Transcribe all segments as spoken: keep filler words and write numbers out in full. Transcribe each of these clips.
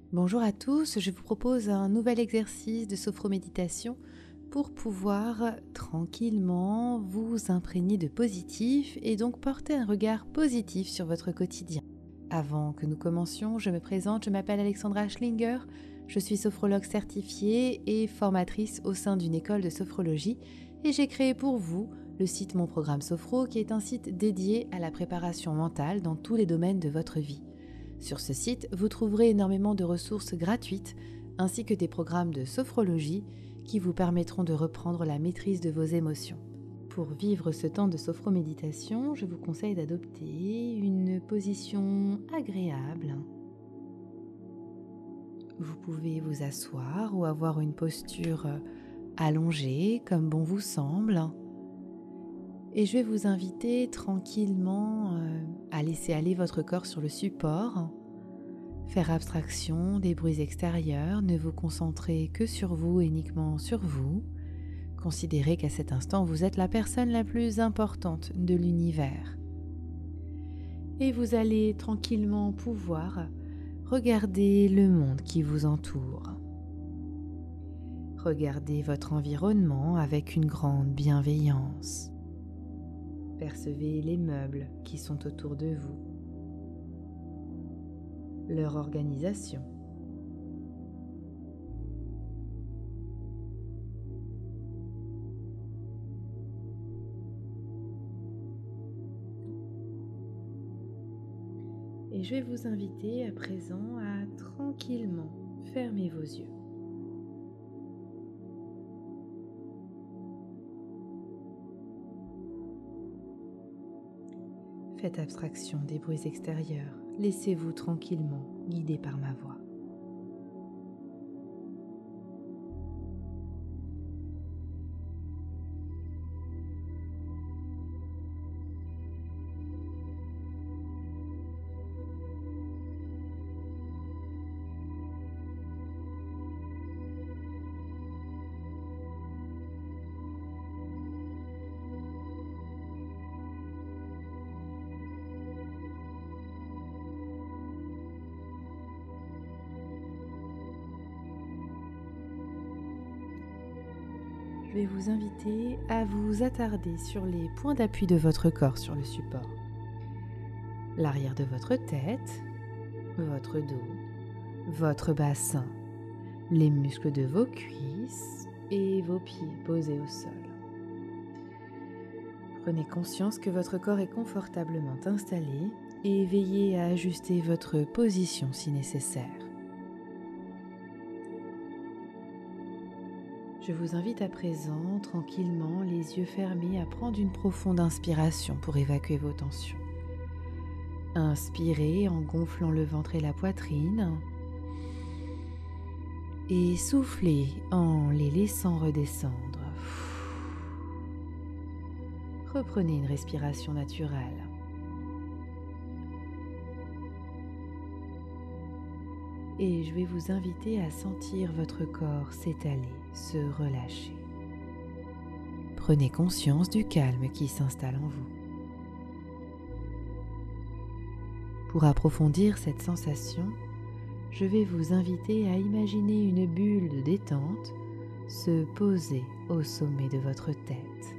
Bonjour à tous, je vous propose un nouvel exercice de sophroméditation pour pouvoir tranquillement vous imprégner de positif et donc porter un regard positif sur votre quotidien. Avant que nous commencions, je me présente, je m'appelle Alexandra Schlinger, je suis sophrologue certifiée et formatrice au sein d'une école de sophrologie et j'ai créé pour vous le site Mon Programme Sophro qui est un site dédié à la préparation mentale dans tous les domaines de votre vie. Sur ce site, vous trouverez énormément de ressources gratuites ainsi que des programmes de sophrologie qui vous permettront de reprendre la maîtrise de vos émotions. Pour vivre ce temps de sophroméditation, je vous conseille d'adopter une position agréable. Vous pouvez vous asseoir ou avoir une posture allongée comme bon vous semble. Et je vais vous inviter tranquillement à laisser aller votre corps sur le support, faire abstraction des bruits extérieurs, ne vous concentrez que sur vous, uniquement sur vous. Considérez qu'à cet instant, vous êtes la personne la plus importante de l'univers. Et vous allez tranquillement pouvoir regarder le monde qui vous entoure. Regardez votre environnement avec une grande bienveillance. Percevez les meubles qui sont autour de vous, leur organisation. Et je vais vous inviter à présent à tranquillement fermer vos yeux. Faites abstraction des bruits extérieurs. Laissez-vous tranquillement guider par ma voix. Je vais vous inviter à vous attarder sur les points d'appui de votre corps sur le support. L'arrière de votre tête, votre dos, votre bassin, les muscles de vos cuisses et vos pieds posés au sol. Prenez conscience que votre corps est confortablement installé et veillez à ajuster votre position si nécessaire. Je vous invite à présent, tranquillement, les yeux fermés, à prendre une profonde inspiration pour évacuer vos tensions. Inspirez en gonflant le ventre et la poitrine et soufflez en les laissant redescendre. Reprenez une respiration naturelle. Et je vais vous inviter à sentir votre corps s'étaler, se relâcher. Prenez conscience du calme qui s'installe en vous. Pour approfondir cette sensation, je vais vous inviter à imaginer une bulle de détente se poser au sommet de votre tête.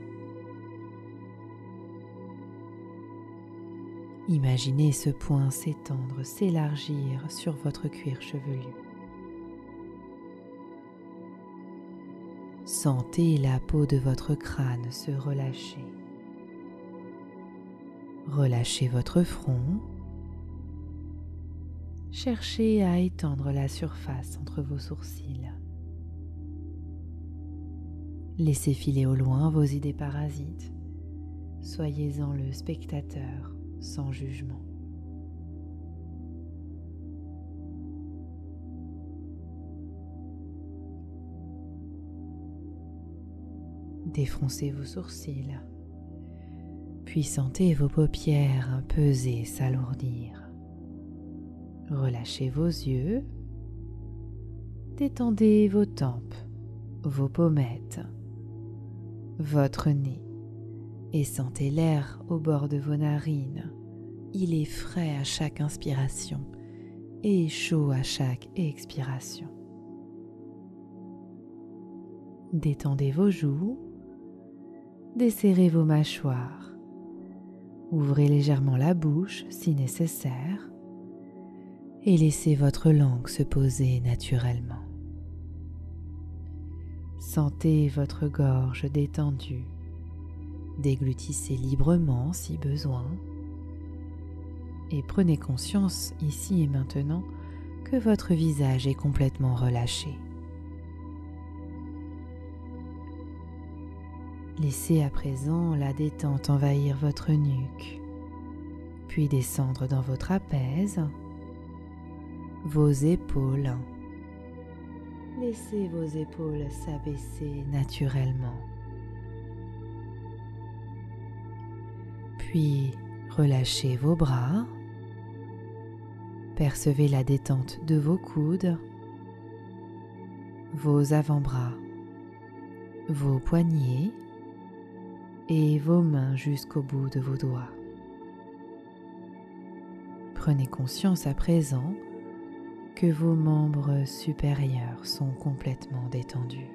Imaginez ce point s'étendre, s'élargir sur votre cuir chevelu. Sentez la peau de votre crâne se relâcher. Relâchez votre front. Cherchez à étendre la surface entre vos sourcils. Laissez filer au loin vos idées parasites. Soyez-en le spectateur sans jugement. Défroncez vos sourcils, puis sentez vos paupières peser, s'alourdir. Relâchez vos yeux, détendez vos tempes, vos pommettes, votre nez et sentez l'air au bord de vos narines. Il est frais à chaque inspiration et chaud à chaque expiration. Détendez vos joues, desserrez vos mâchoires, ouvrez légèrement la bouche si nécessaire et laissez votre langue se poser naturellement. Sentez votre gorge détendue, déglutissez librement si besoin et prenez conscience ici et maintenant que votre visage est complètement relâché. Laissez à présent la détente envahir votre nuque, puis descendre dans votre trapèze, vos épaules. Laissez vos épaules s'abaisser naturellement. Puis relâchez vos bras. Percevez la détente de vos coudes, vos avant-bras, vos poignets et vos mains jusqu'au bout de vos doigts. Prenez conscience à présent que vos membres supérieurs sont complètement détendus.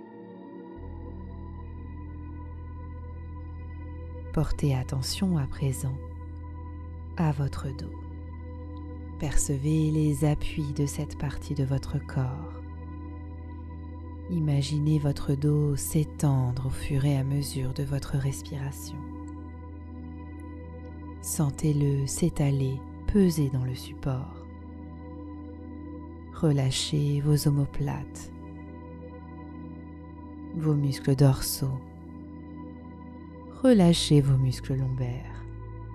Portez attention à présent à votre dos. Percevez les appuis de cette partie de votre corps. Imaginez votre dos s'étendre au fur et à mesure de votre respiration. Sentez-le s'étaler, peser dans le support. Relâchez vos omoplates, vos muscles dorsaux. Relâchez vos muscles lombaires.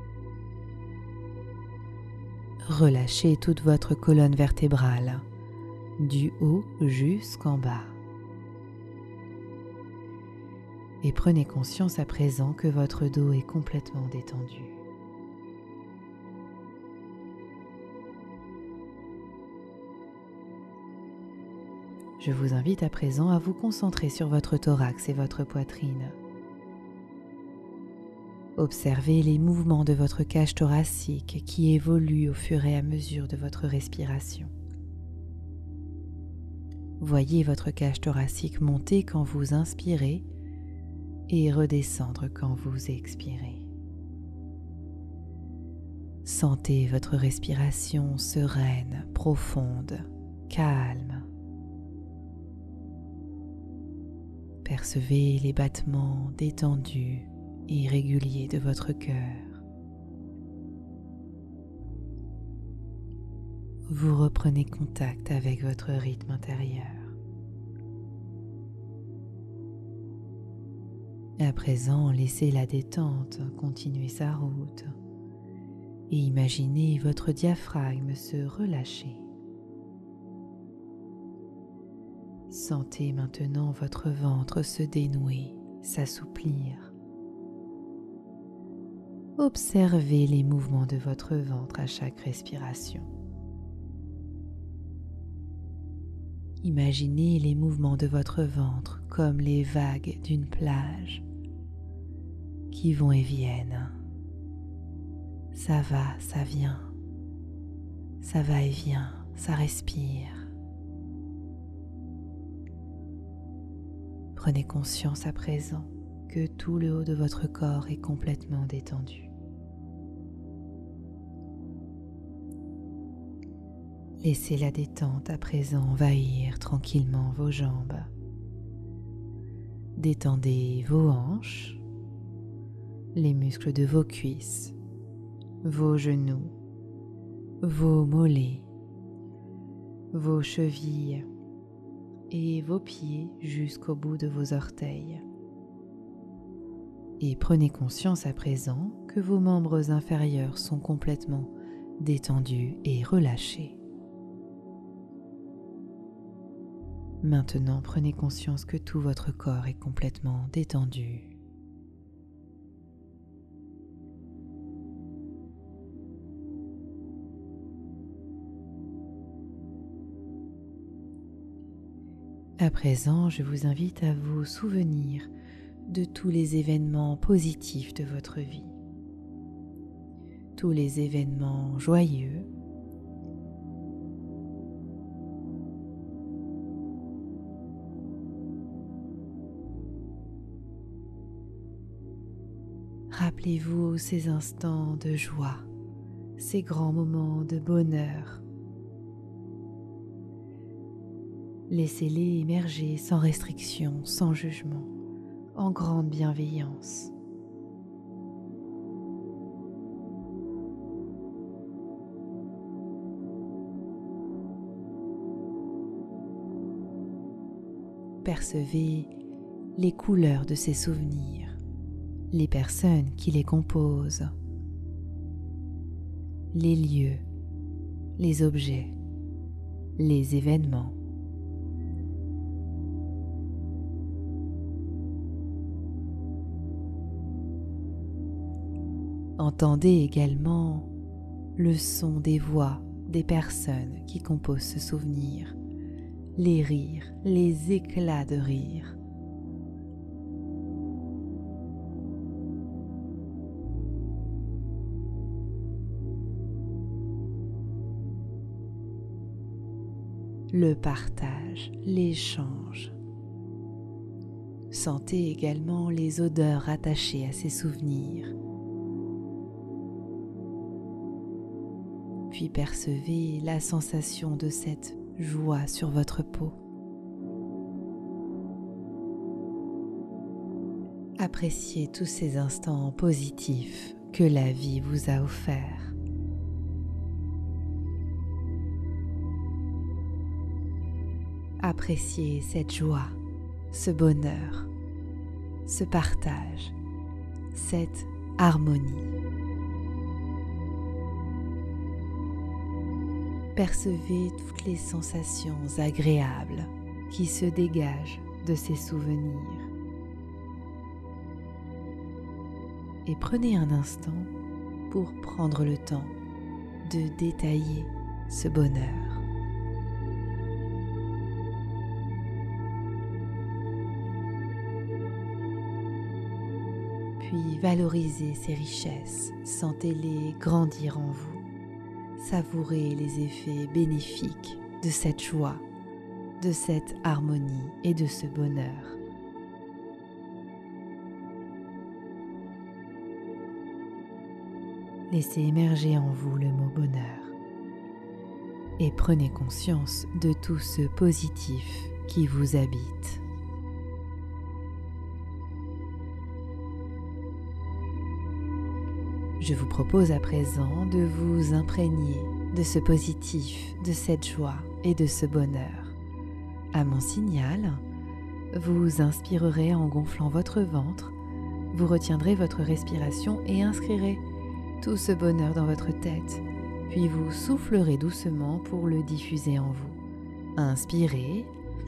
Relâchez toute votre colonne vertébrale, du haut jusqu'en bas. Et prenez conscience à présent que votre dos est complètement détendu. Je vous invite à présent à vous concentrer sur votre thorax et votre poitrine. Observez les mouvements de votre cage thoracique qui évoluent au fur et à mesure de votre respiration. Voyez votre cage thoracique monter quand vous inspirez et redescendre quand vous expirez. Sentez votre respiration sereine, profonde, calme. Percevez les battements détendus et régulier de votre cœur. Vous reprenez contact avec votre rythme intérieur. À présent, laissez la détente continuer sa route et imaginez votre diaphragme se relâcher. Sentez maintenant votre ventre se dénouer, s'assouplir. Observez les mouvements de votre ventre à chaque respiration. Imaginez les mouvements de votre ventre comme les vagues d'une plage qui vont et viennent. Ça va, ça vient. Ça va et vient, ça respire. Prenez conscience à présent que tout le haut de votre corps est complètement détendu. Laissez la détente à présent envahir tranquillement vos jambes. Détendez vos hanches, les muscles de vos cuisses, vos genoux, vos mollets, vos chevilles et vos pieds jusqu'au bout de vos orteils. Et prenez conscience à présent que vos membres inférieurs sont complètement détendus et relâchés. Maintenant, prenez conscience que tout votre corps est complètement détendu. À présent, je vous invite à vous souvenir de tous les événements positifs de votre vie, tous les événements joyeux, Rappelez-vous ces instants de joie, ces grands moments de bonheur. Laissez-les émerger sans restriction, sans jugement, en grande bienveillance. Percevez les couleurs de ces souvenirs, les personnes qui les composent, les lieux, les objets, les événements. Entendez également le son des voix des personnes qui composent ce souvenir, les rires, les éclats de rire. Le partage, l'échange. Sentez également les odeurs attachées à ces souvenirs. Puis percevez la sensation de cette joie sur votre peau. Appréciez tous ces instants positifs que la vie vous a offerts. Appréciez cette joie, ce bonheur, ce partage, cette harmonie. Percevez toutes les sensations agréables qui se dégagent de ces souvenirs. Et prenez un instant pour prendre le temps de détailler ce bonheur. Puis valorisez ces richesses, sentez-les grandir en vous. Savourez les effets bénéfiques de cette joie, de cette harmonie et de ce bonheur. Laissez émerger en vous le mot bonheur et prenez conscience de tout ce positif qui vous habite. Je vous propose à présent de vous imprégner de ce positif, de cette joie et de ce bonheur. À mon signal, vous inspirerez en gonflant votre ventre, vous retiendrez votre respiration et inscrirez tout ce bonheur dans votre tête, puis vous soufflerez doucement pour le diffuser en vous. Inspirez,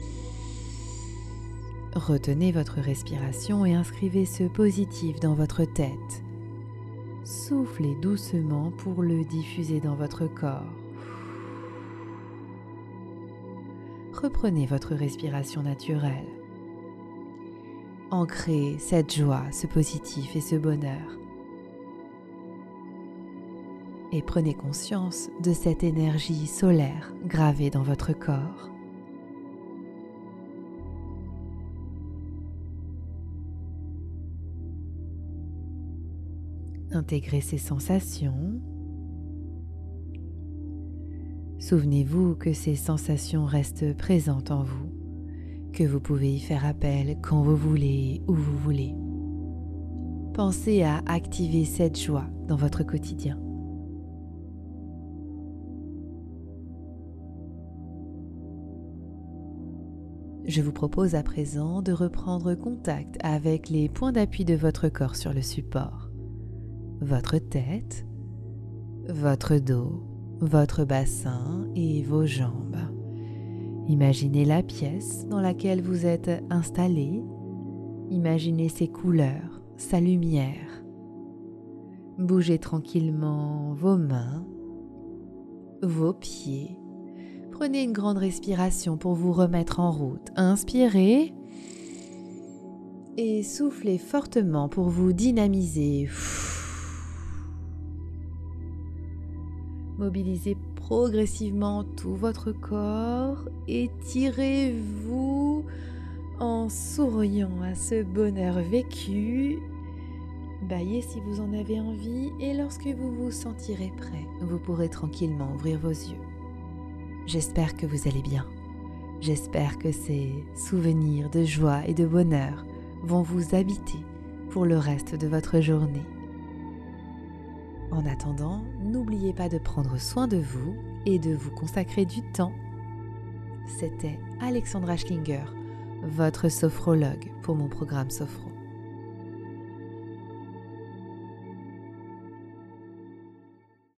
retenez votre respiration et inscrivez ce positif dans votre tête. Soufflez doucement pour le diffuser dans votre corps. Reprenez votre respiration naturelle. Ancrez cette joie, ce positif et ce bonheur. Et prenez conscience de cette énergie solaire gravée dans votre corps. Intégrez ces sensations. Souvenez-vous que ces sensations restent présentes en vous, que vous pouvez y faire appel quand vous voulez, où vous voulez. Pensez à activer cette joie dans votre quotidien. Je vous propose à présent de reprendre contact avec les points d'appui de votre corps sur le support. Votre tête, votre dos, votre bassin et vos jambes. Imaginez la pièce dans laquelle vous êtes installé. Imaginez ses couleurs, sa lumière. Bougez tranquillement vos mains, vos pieds. Prenez une grande respiration pour vous remettre en route. Inspirez et soufflez fortement pour vous dynamiser. Mobilisez progressivement tout votre corps, étirez-vous en souriant à ce bonheur vécu Baillez si vous en avez envie et lorsque vous vous sentirez prêt, vous pourrez tranquillement ouvrir vos yeux. J'espère que vous allez bien. J'espère que ces souvenirs de joie et de bonheur vont vous habiter pour le reste de votre journée. En attendant, n'oubliez pas de prendre soin de vous et de vous consacrer du temps. C'était Alexandra Schlinger, votre sophrologue pour mon programme Sophro.